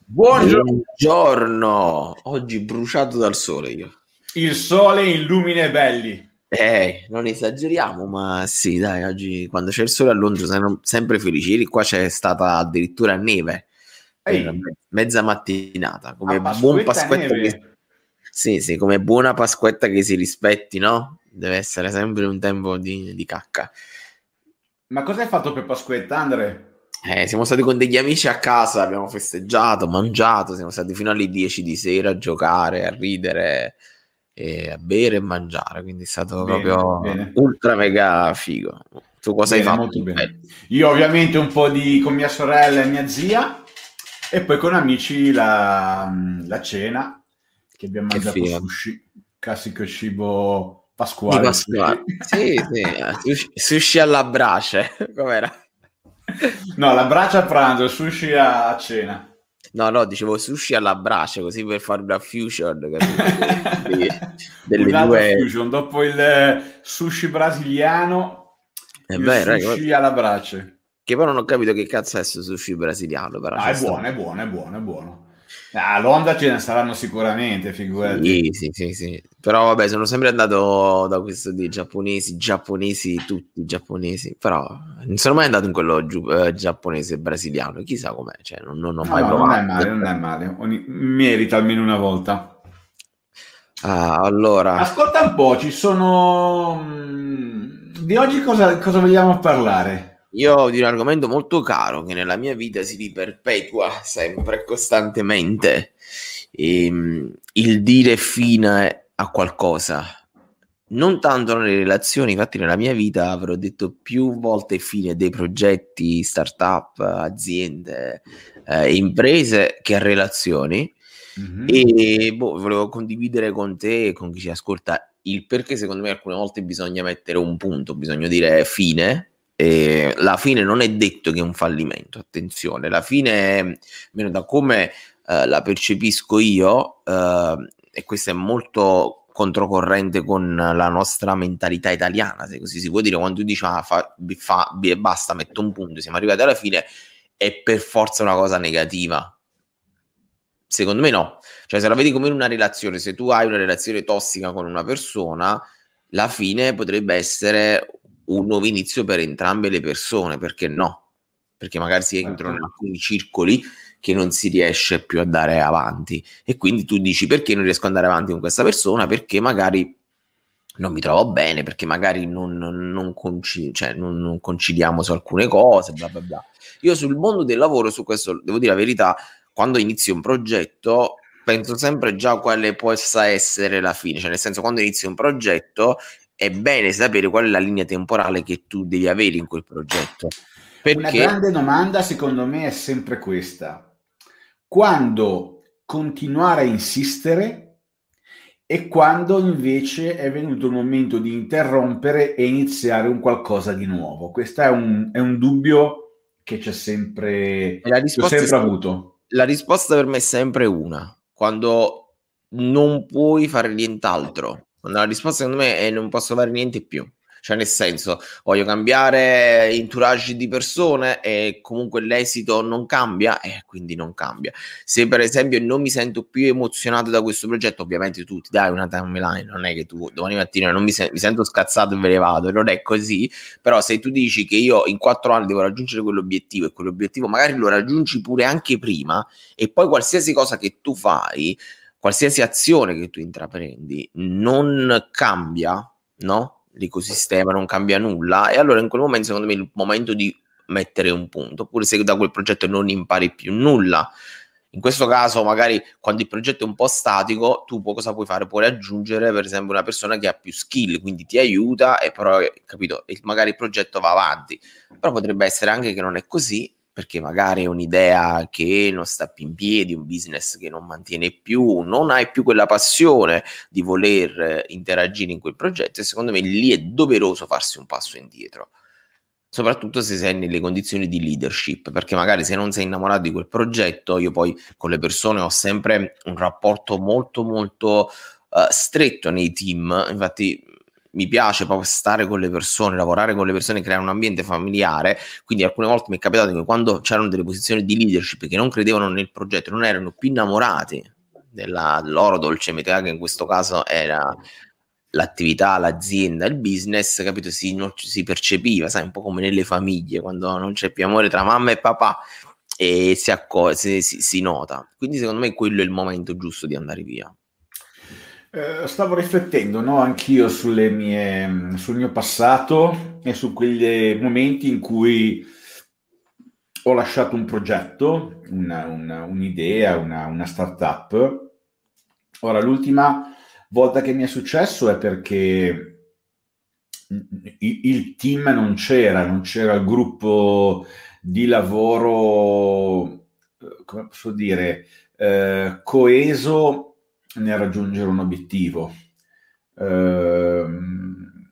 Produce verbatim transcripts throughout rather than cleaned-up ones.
Buongiorno. Buongiorno, oggi bruciato dal sole io. Il sole illumina i belli. Eh, non esageriamo, ma sì, dai, oggi quando c'è il sole a Londra sono sempre felici. Ieri qua c'è stata addirittura neve per Ehi, me- mezza mattinata, a come buon Pasquetta Pasquetta neve. che... Sì, sì, come buona Pasquetta che si rispetti, no? Deve essere sempre un tempo di, di cacca. Ma cosa hai fatto per Pasquetta, Andre? Eh, siamo stati con degli amici a casa, abbiamo festeggiato, mangiato, siamo stati fino alle dieci di sera a giocare, a ridere, e a bere e mangiare, quindi è stato Bene, proprio bene, ultra mega figo. Tu cosa hai bene, fatto molto di bello? bene. Io ovviamente un po' di con mia sorella e mia zia e poi con amici la, la cena che abbiamo Che mangiato figo. sushi, classico cibo Di pasquale, il Pasqua. sushi. Sì, sì, eh, sushi, sushi alla brace, com'era? No, la bracia a pranzo, sushi a, a cena. No, no, dicevo sushi alla brace, così per fare una fusion, capito? Dei- delle Un'altra due... fusion, dopo il eh, sushi brasiliano, È il vero, eh, sushi alla brace. che poi non ho capito che cazzo è questo sushi brasiliano, però No, c'è è sta. buono, è buono, è buono, è buono. Ah, a Londra ce ne saranno sicuramente, figurati. Sì, sì, sì, sì. Però vabbè, sono sempre andato da questo di giapponesi, giapponesi, tutti giapponesi, però non sono mai andato in quello giu- eh, giapponese brasiliano, chissà com'è, cioè non, non ho No, mai no, non è provato. male, non è male. Ogni- merita almeno una volta. Ah, allora, Ascolta un po', ci sono... mm, Di oggi cosa, cosa vogliamo parlare? io ho di un argomento molto caro che nella mia vita si riperpetua sempre e costantemente. Ehm, il dire fine a qualcosa. Non tanto nelle relazioni, infatti nella mia vita avrò detto più volte fine dei progetti, startup, aziende, eh, imprese che a relazioni. Mhm. E boh, volevo condividere con te e con chi ci ascolta il perché secondo me alcune volte bisogna mettere un punto, bisogna dire fine. E la fine non è detto che è un fallimento, attenzione, la fine, almeno da come eh, la percepisco io, eh, e questo è molto controcorrente con la nostra mentalità italiana, se così si può dire, quando tu dici ah, fa, fa, e basta, metto un punto, siamo arrivati alla fine, è per forza una cosa negativa. Secondo me no, cioè se la vedi come in una relazione, se tu hai una relazione tossica con una persona, la fine potrebbe essere un nuovo inizio per entrambe le persone, perché no? Perché magari si entrano in Certo. alcuni circoli che non si riesce più a dare avanti e quindi tu dici perché non riesco ad andare avanti con questa persona? Perché magari non mi trovo bene, perché magari non, non, non, conci- cioè, non, non conciliamo su alcune cose, bla bla bla. Io sul mondo del lavoro, su questo devo dire la verità, quando inizi un progetto penso sempre già quale possa essere la fine, cioè nel senso quando inizi un progetto è bene sapere qual è la linea temporale che tu devi avere in quel progetto, Una perché grande domanda, secondo me, è sempre questa. Quando continuare a insistere e quando invece è venuto il momento di interrompere e iniziare un qualcosa di nuovo? Questo è un, è un dubbio che c'è sempre, la che ho risposta è sempre sem- avuto. la risposta per me è sempre una, quando non puoi fare nient'altro. Quando la risposta secondo me è non posso fare niente più. Cioè, nel senso, voglio cambiare entourage di persone e comunque l'esito non cambia, e quindi non cambia. Se per esempio non mi sento più emozionato da questo progetto, ovviamente tu ti dai una timeline, non è che tu domani mattina non mi, sen- mi sento scazzato e me ne vado, non è così. Però se tu dici che io in quattro anni devo raggiungere quell'obiettivo e quell'obiettivo magari lo raggiungi pure anche prima e poi qualsiasi cosa che tu fai, qualsiasi azione che tu intraprendi non cambia, no? L'ecosistema non cambia nulla e allora in quel momento secondo me è il momento di mettere un punto, oppure se da quel progetto non impari più nulla. In questo caso, magari quando il progetto è un po' statico, tu può, cosa puoi fare? Puoi aggiungere, per esempio, una persona che ha più skill, quindi ti aiuta e però, capito, e magari il progetto va avanti. Però potrebbe essere anche che non è così, perché magari è un'idea che non sta più in piedi, un business che non mantiene più, non hai più quella passione di voler eh, interagire in quel progetto e secondo me lì è doveroso farsi un passo indietro. Soprattutto se sei nelle condizioni di leadership, perché magari se non sei innamorato di quel progetto, io poi con le persone ho sempre un rapporto molto molto uh, stretto nei team, infatti mi piace proprio stare con le persone, lavorare con le persone, creare un ambiente familiare, quindi alcune volte mi è capitato che quando c'erano delle posizioni di leadership che non credevano nel progetto, non erano più innamorati della loro dolce metà, che in questo caso era l'attività, l'azienda, il business, capito? Si, non, si percepiva, sai, un po' come nelle famiglie, quando non c'è più amore tra mamma e papà, e si, acco- si, si, si nota. Quindi secondo me quello è il momento giusto di andare via. Eh, stavo riflettendo, no, anch'io sulle mie, sul mio passato e su quegli momenti in cui ho lasciato un progetto, una, una, un'idea, una, una startup. Ora, l'ultima volta che mi è successo è perché il, il team non c'era, non c'era il gruppo di lavoro, come posso dire, eh, coeso nel raggiungere un obiettivo. Ehm,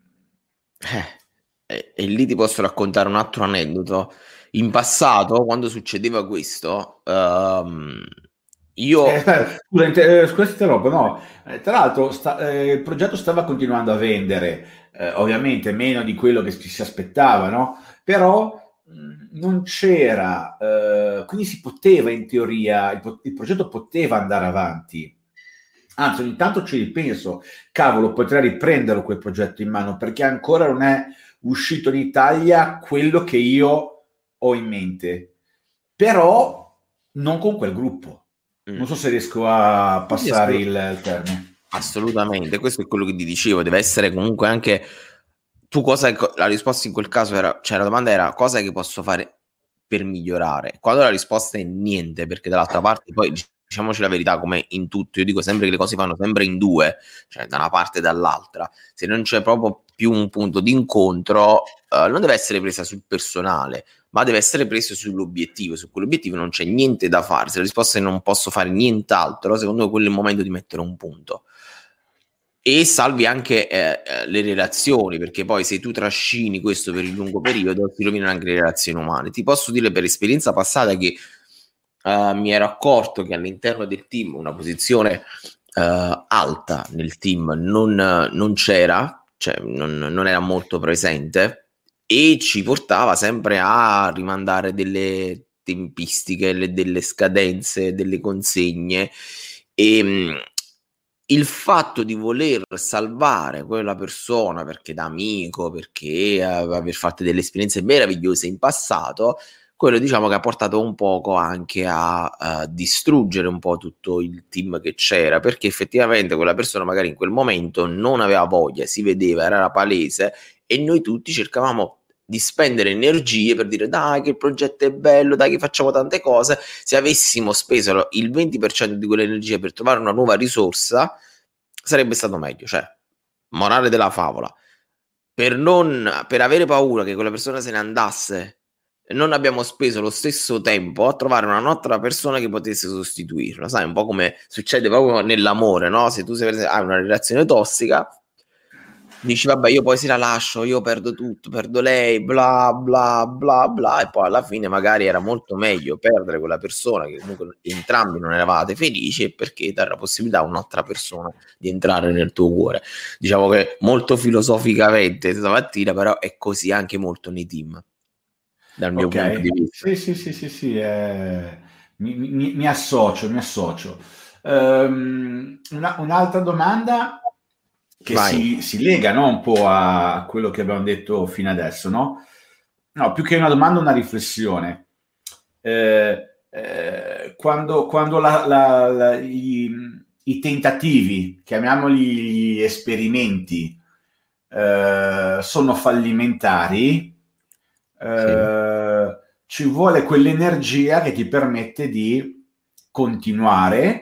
Eh, e, e lì ti posso raccontare un altro aneddoto. In passato, quando succedeva questo, ehm, io... Eh, aspetta, scusa, inter- eh, scusa se ti interrompo, no. Eh, tra l'altro sta- eh, il progetto stava continuando a vendere, eh, ovviamente meno di quello che ci si aspettava, no? Però mh, non c'era, eh, quindi si poteva in teoria, il, po- il progetto poteva andare avanti. Anzi, ogni tanto ci ripenso, cavolo, potrei riprenderlo quel progetto in mano perché ancora non è uscito in Italia quello che io ho in mente, però non con quel gruppo. Mm. Non so se riesco a Quindi passare assolut- il, il termine. assolutamente, questo è quello che ti dicevo, deve essere comunque anche... Tu cosa... La risposta in quel caso era... Cioè la domanda era cosa che posso fare per migliorare? Quando la risposta è niente, perché dall'altra parte poi... Diciamoci la verità, come in tutto, io dico sempre che le cose vanno sempre in due, cioè da una parte e dall'altra. Se non c'è proprio più un punto d'incontro, eh, non deve essere presa sul personale, ma deve essere presa sull'obiettivo. Su quell'obiettivo non c'è niente da fare. Se la risposta è non posso fare nient'altro, secondo me quello è il momento di mettere un punto. E salvi anche eh, le relazioni, perché poi se tu trascini questo per il lungo periodo ti rovinano anche le relazioni umane. Ti posso dire per esperienza passata che Uh, mi ero accorto che all'interno del team una posizione uh, alta nel team non, non c'era, cioè non, non era molto presente e ci portava sempre a rimandare delle tempistiche, le, delle scadenze, delle consegne e mh, il fatto di voler salvare quella persona perché da amico, perché uh, aver fatto delle esperienze meravigliose in passato, quello diciamo che ha portato un poco anche a, a distruggere un po' tutto il team che c'era, perché effettivamente quella persona magari in quel momento non aveva voglia, si vedeva, era palese e noi tutti cercavamo di spendere energie per dire dai che il progetto è bello, dai che facciamo tante cose. Se avessimo speso il venti per cento di quell'energia per trovare una nuova risorsa sarebbe stato meglio, cioè morale della favola, per non per avere paura che quella persona se ne andasse, non abbiamo speso lo stesso tempo a trovare un'altra persona che potesse sostituirla. Sai, un po' come succede proprio nell'amore, no? Se tu sei, hai una relazione tossica, dici vabbè io poi se la lascio, io perdo tutto, perdo lei, bla bla bla bla, e poi alla fine magari era molto meglio perdere quella persona che comunque entrambi non eravate felici, perché dare la possibilità a un'altra persona di entrare nel tuo cuore. Diciamo che molto filosoficamente stamattina, però è così anche molto nei team, dal mio punto di Ok, vista. sì, sì, sì, sì, sì, eh, mi, mi- mi associo, mi associo. Ehm, una- un'altra domanda che Vai. si, si lega, no, un po' a quello che abbiamo detto fino adesso, no? No, più che una domanda, una riflessione. Eh, eh, quando quando la- la- la- i, i tentativi, chiamiamoli gli esperimenti, eh, sono fallimentari, Sì. eh, ci vuole quell'energia che ti permette di continuare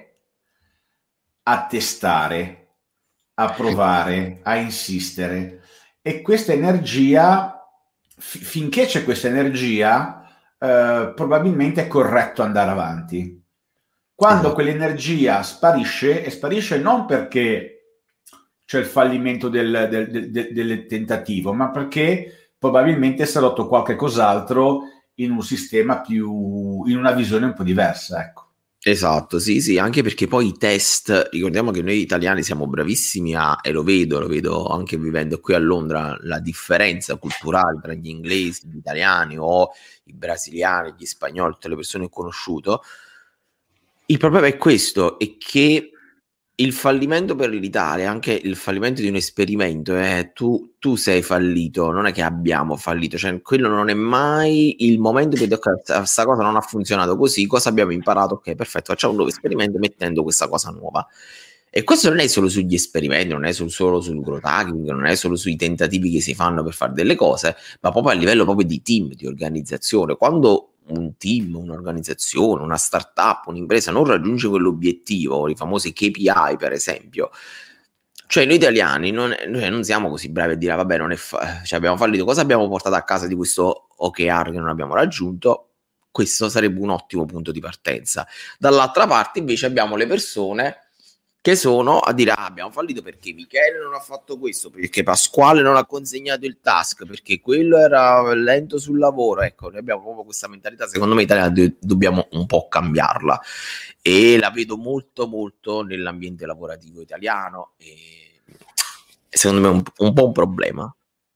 a testare, a provare, a insistere. E questa energia, fi- finché c'è questa energia, eh, probabilmente è corretto andare avanti. Quando Esatto. quell'energia sparisce, e sparisce non perché c'è il fallimento del, del, del, del tentativo, ma perché probabilmente si è rotto qualche cos'altro in un sistema più, in una visione un po' diversa, ecco. Esatto, sì, sì, anche perché poi i test, ricordiamo che noi italiani siamo bravissimi a, e lo vedo, lo vedo anche vivendo qui a Londra, la differenza culturale tra gli inglesi, gli italiani o i brasiliani, gli spagnoli, tutte le persone che ho conosciuto. Il problema è questo, è che il fallimento per l'Italia, anche il fallimento di un esperimento, è tu, tu sei fallito, non è che abbiamo fallito, cioè quello non è mai il momento che questa cosa non ha funzionato così, cosa abbiamo imparato? Ok, perfetto, facciamo un nuovo esperimento mettendo questa cosa nuova. E questo non è solo sugli esperimenti, non è solo, solo sul growth hacking, non è solo sui tentativi che si fanno per fare delle cose, ma proprio a livello proprio di team, di organizzazione. Quando un team, un'organizzazione, una startup, un'impresa non raggiunge quell'obiettivo, i famosi K P I per esempio, cioè noi italiani non, noi non siamo così bravi a dire vabbè non è fa- cioè abbiamo fallito, cosa abbiamo portato a casa di questo O K R che non abbiamo raggiunto? Questo sarebbe un ottimo punto di partenza. Dall'altra parte invece abbiamo le persone che sono a dire ah, abbiamo fallito perché Michele non ha fatto questo, perché Pasquale non ha consegnato il task, perché quello era lento sul lavoro. Ecco, noi abbiamo proprio questa mentalità, secondo me italiana, do- dobbiamo un po' cambiarla, e la vedo molto molto nell'ambiente lavorativo italiano e secondo me è un, un po' un problema.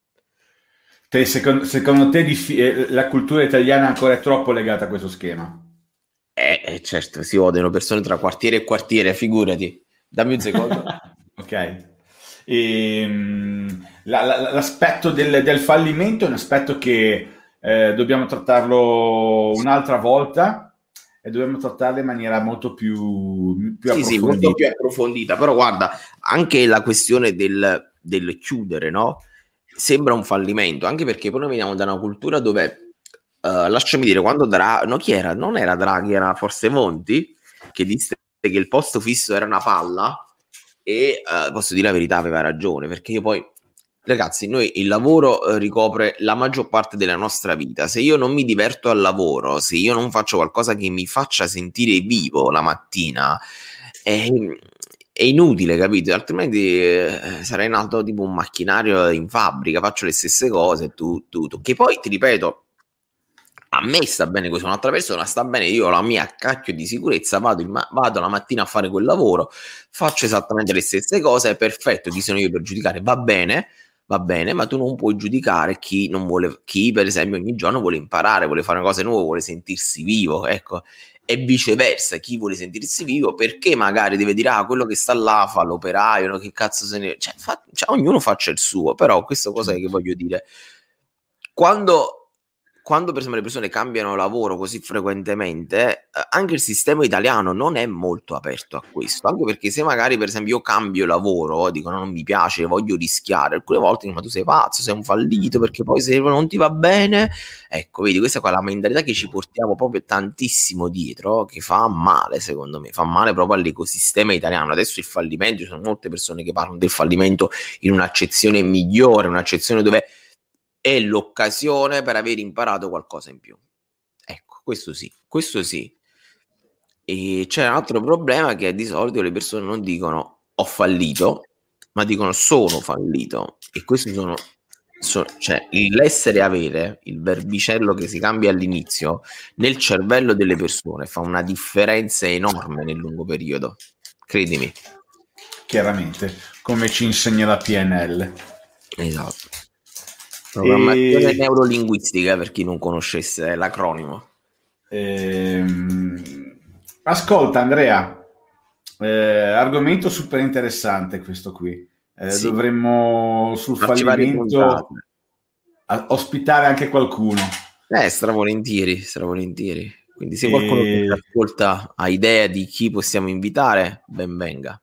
Te, secondo, secondo te diffi- eh, la cultura italiana ancora è troppo legata a questo schema? Eh, eh, certo, si odiano persone tra quartiere e quartiere, figurati. Dammi un secondo. Ok. Ehm, la- la- l'aspetto del, del fallimento è un aspetto che eh, dobbiamo trattarlo un'altra volta e dobbiamo trattarlo in maniera molto più, più Sì, sì, molto più approfondita. approfondita, però guarda, anche la questione del, del chiudere, no? Sembra un fallimento, anche perché poi noi veniamo da una cultura dove, eh, lasciami dire, quando Draghi, no, chi era? Non era Draghi, era forse Monti, che disse che il posto fisso era una palla, e eh, posso dire la verità, aveva ragione, perché io poi, ragazzi, noi il lavoro eh, ricopre la maggior parte della nostra vita. Se io non mi diverto al lavoro, se io non faccio qualcosa che mi faccia sentire vivo la mattina, è, è inutile, capito? Altrimenti eh, sarei in alto tipo un macchinario in fabbrica, faccio le stesse cose, tu, tu, tu. Che poi ti ripeto, a me sta bene così, un'altra persona sta bene, io ho la mia cacchio di sicurezza, vado, ma- vado la mattina a fare quel lavoro, faccio esattamente le stesse cose, è perfetto, chi sono io per giudicare? Va bene, va bene, ma tu non puoi giudicare chi non vuole, chi per esempio ogni giorno vuole imparare, vuole fare cose nuove, vuole sentirsi vivo, ecco, e viceversa, chi vuole sentirsi vivo, perché magari deve dire, ah, quello che sta là fa l'operaio, no? Che cazzo se ne... Cioè, fa... cioè, ognuno faccia il suo, però questa cosa che voglio dire, quando... Quando per esempio le persone cambiano lavoro così frequentemente, eh, anche il sistema italiano non è molto aperto a questo, anche perché se magari per esempio io cambio lavoro, dico no, non mi piace, voglio rischiare, alcune volte dico, ma tu sei pazzo, sei un fallito, perché poi se non ti va bene, ecco, vedi, questa qua è la mentalità che ci portiamo proprio tantissimo dietro, che fa male secondo me, fa male proprio all'ecosistema italiano. Adesso il fallimento, ci sono molte persone che parlano del fallimento in un'accezione migliore, un'accezione dove è l'occasione per aver imparato qualcosa in più. Ecco, questo sì, questo sì. E c'è un altro problema, che di solito le persone non dicono ho fallito, ma dicono sono fallito. E questo sono, so, cioè l'essere avere, il verbicello che si cambia all'inizio, nel cervello delle persone fa una differenza enorme nel lungo periodo. Credimi. Chiaramente, come ci insegna la P N L. Esatto. Programmazione E... neurolinguistica, per chi non conoscesse l'acronimo. Ehm, ascolta Andrea, eh, argomento super interessante questo qui. Eh, Sì. Dovremmo sul Farci varie puntate. fallimento a- ospitare anche qualcuno. Eh, stravolentieri, stravolentieri. Quindi se qualcuno che E... ci ascolta ha idea di chi possiamo invitare, ben venga.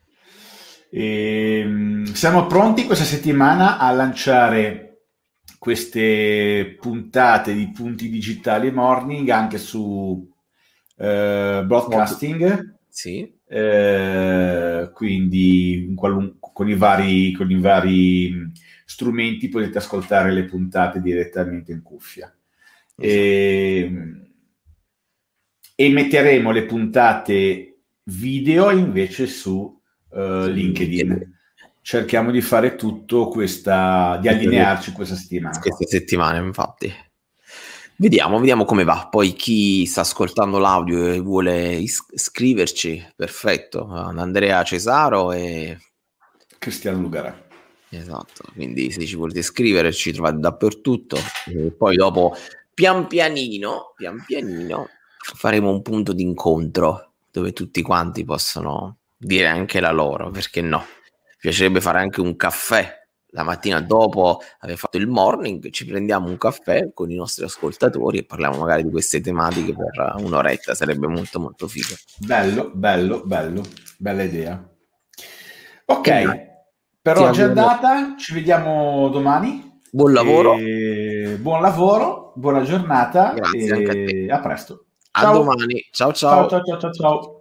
E, siamo pronti questa settimana a lanciare queste puntate di Punti Digitali Morning anche su eh, broadcasting, sì. eh, quindi qualun- con i vari, con i vari strumenti potete ascoltare le puntate direttamente in cuffia. Esatto. E, e metteremo le puntate video invece su Uh, LinkedIn. LinkedIn. Cerchiamo di fare tutto questa, di allinearci questa settimana. Questa settimana, infatti. Vediamo, vediamo come va. Poi chi sta ascoltando l'audio e vuole is- scriverci, perfetto. Andrea Cesaro e Cristiano Lugara. Esatto, quindi se ci volete scrivere ci trovate dappertutto. E poi dopo, pian pianino, pian pianino, faremo un punto d'incontro dove tutti quanti possono dire anche la loro, perché no? Mi piacerebbe fare anche un caffè la mattina dopo aver fatto il morning, ci prendiamo un caffè con i nostri ascoltatori e parliamo magari di queste tematiche per un'oretta, sarebbe molto molto figo. Bello, bello, bello, bella idea. Ok, E per ti oggi è auguro andata, ci vediamo domani. buon lavoro. E buon lavoro, buona giornata Grazie anche a te. e a presto. A Ciao. domani. Ciao Ciao, ciao. ciao, ciao, ciao, ciao.